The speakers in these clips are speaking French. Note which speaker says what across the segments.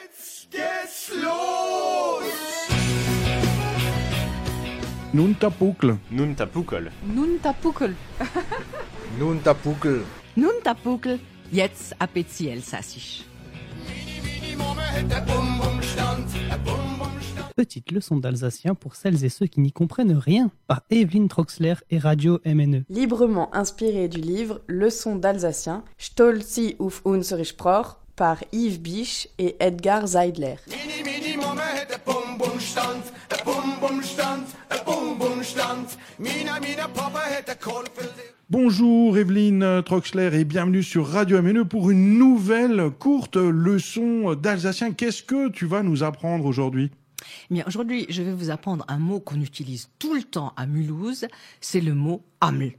Speaker 1: Jetzt geht's los!
Speaker 2: Nun tapukel.
Speaker 3: Nun tapukel.
Speaker 4: Nun tapukel.
Speaker 5: Nun tapukel.
Speaker 4: Nun tapukel. Jetzt appétit elsassisch.
Speaker 6: Petite leçon d'alsacien pour celles et ceux qui n'y comprennent rien, par Evelyne Troxler et Radio MNE.
Speaker 7: Librement inspiré du livre Leçon d'alsacien, Stolzi auf unsere Sprache, par Yves Biche et Edgar Seidler.
Speaker 2: Bonjour Evelyne Troxler et bienvenue sur Radio MNE pour une nouvelle courte leçon d'alsacien. Qu'est-ce que tu vas nous apprendre aujourd'hui ?
Speaker 4: Eh bien, aujourd'hui, je vais vous apprendre un mot qu'on utilise tout le temps à Mulhouse, c'est le mot Aml.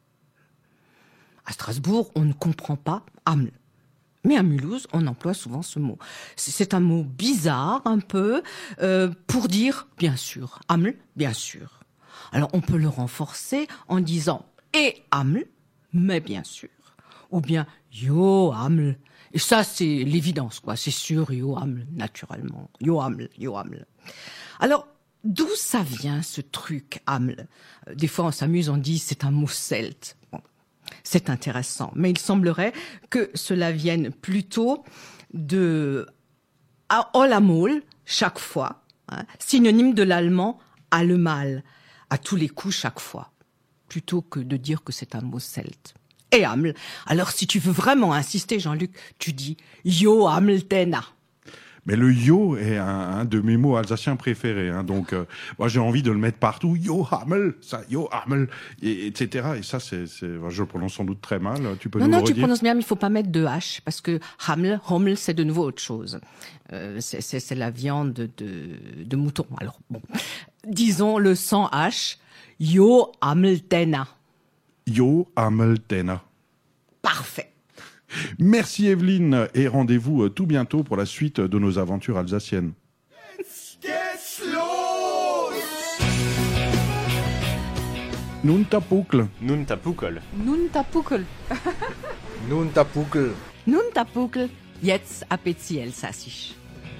Speaker 4: À Strasbourg, on ne comprend pas Aml. Mais à Mulhouse, on emploie souvent ce mot. C'est un mot bizarre, un peu, pour dire bien sûr. Aml, bien sûr. Alors, on peut le renforcer en disant et Aml, mais bien sûr. Ou bien yo Aml. Et ça, c'est l'évidence, quoi. C'est sûr, yo Aml, naturellement. Yo Aml, yo Aml. Alors, d'où ça vient, ce truc Aml ? Des fois, on s'amuse, on dit c'est un mot celte. Bon. C'est intéressant, mais il semblerait que cela vienne plutôt de Olamol, chaque fois, hein, synonyme de l'allemand allemal, à tous les coups chaque fois, plutôt que de dire que c'est un mot celte. Et Aml, alors si tu veux vraiment insister, Jean-Luc, tu dis Yo Amltena.
Speaker 2: Mais le yo est un de mes mots alsaciens préférés, hein, donc moi j'ai envie de le mettre partout. Yo Hamel, ça, yo Hamel, etc. Et ça, je le prononce sans doute très mal. Tu peux nous le redire ?
Speaker 4: Non, tu prononces bien, mais il faut pas mettre de H, parce que Hommel, c'est de nouveau autre chose. C'est la viande de mouton. Alors bon, disons le sans H, Yo Amltena.
Speaker 2: Yo Ameltena.
Speaker 4: Parfait.
Speaker 2: Merci Evelyne et rendez-vous tout bientôt pour la suite de nos aventures alsaciennes.
Speaker 1: Jetzt geht's los!
Speaker 2: Nun tapukel.
Speaker 3: Nun tapukel.
Speaker 4: Nun tapukel.
Speaker 5: Nun tapukel.
Speaker 4: Nun tapukel. Jetzt appétit elsassisch.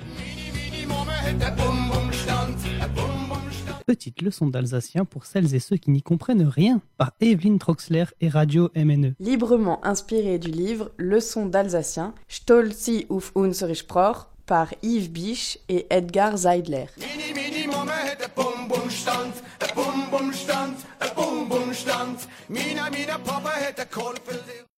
Speaker 6: Petite leçon d'alsacien pour celles et ceux qui n'y comprennent rien, par Evelyne Troxler et Radio MNE.
Speaker 7: Librement inspiré du livre Leçon d'alsacien, Stolzi auf unsere Sprache, par Yves Biche et Edgar Seidler.